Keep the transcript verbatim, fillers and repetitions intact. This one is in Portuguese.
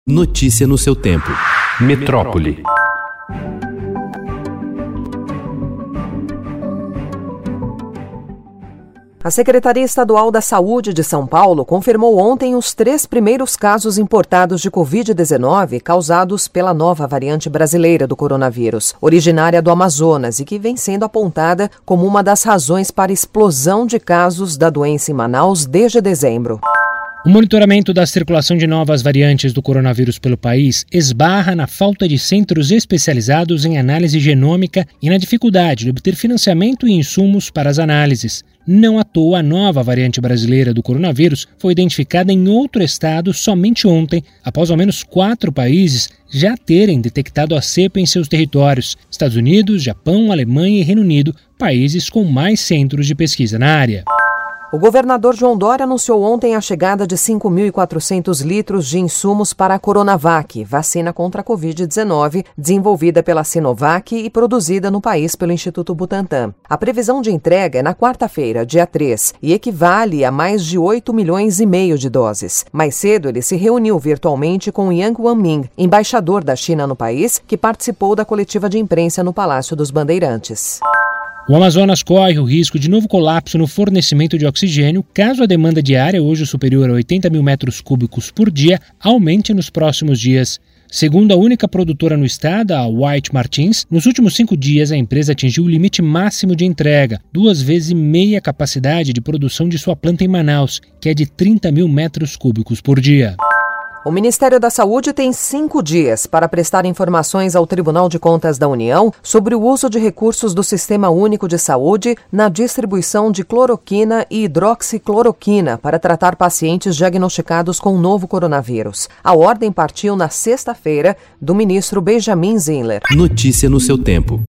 Notícia no seu tempo. Metrópole. A Secretaria Estadual da Saúde de São Paulo confirmou ontem os três primeiros casos importados de covid dezenove causados pela nova variante brasileira do coronavírus, originária do Amazonas e que vem sendo apontada como uma das razões para a explosão de casos da doença em Manaus desde dezembro. O monitoramento da circulação de novas variantes do coronavírus pelo país esbarra na falta de centros especializados em análise genômica e na dificuldade de obter financiamento e insumos para as análises. Não à toa, a nova variante brasileira do coronavírus foi identificada em outro estado somente ontem, após ao menos quatro países já terem detectado a cepa em seus territórios: Estados Unidos, Japão, Alemanha e Reino Unido, países com mais centros de pesquisa na área. O governador João Dória anunciou ontem a chegada de cinco mil e quatrocentos litros de insumos para a Coronavac, vacina contra a covid dezenove, desenvolvida pela Sinovac e produzida no país pelo Instituto Butantan. A previsão de entrega é na quarta-feira, dia três, e equivale a mais de oito milhões e meio de doses. Mais cedo, ele se reuniu virtualmente com Yang Wanming, embaixador da China no país, que participou da coletiva de imprensa no Palácio dos Bandeirantes. O Amazonas corre o risco de novo colapso no fornecimento de oxigênio caso a demanda diária, hoje superior a oitenta mil metros cúbicos por dia, aumente nos próximos dias. Segundo a única produtora no estado, a White Martins, nos últimos cinco dias a empresa atingiu o limite máximo de entrega, duas vezes e meia a capacidade de produção de sua planta em Manaus, que é de trinta mil metros cúbicos por dia. O Ministério da Saúde tem cinco dias para prestar informações ao Tribunal de Contas da União sobre o uso de recursos do Sistema Único de Saúde na distribuição de cloroquina e hidroxicloroquina para tratar pacientes diagnosticados com o novo coronavírus. A ordem partiu na sexta-feira do ministro Benjamin Zinler. Notícia no seu tempo.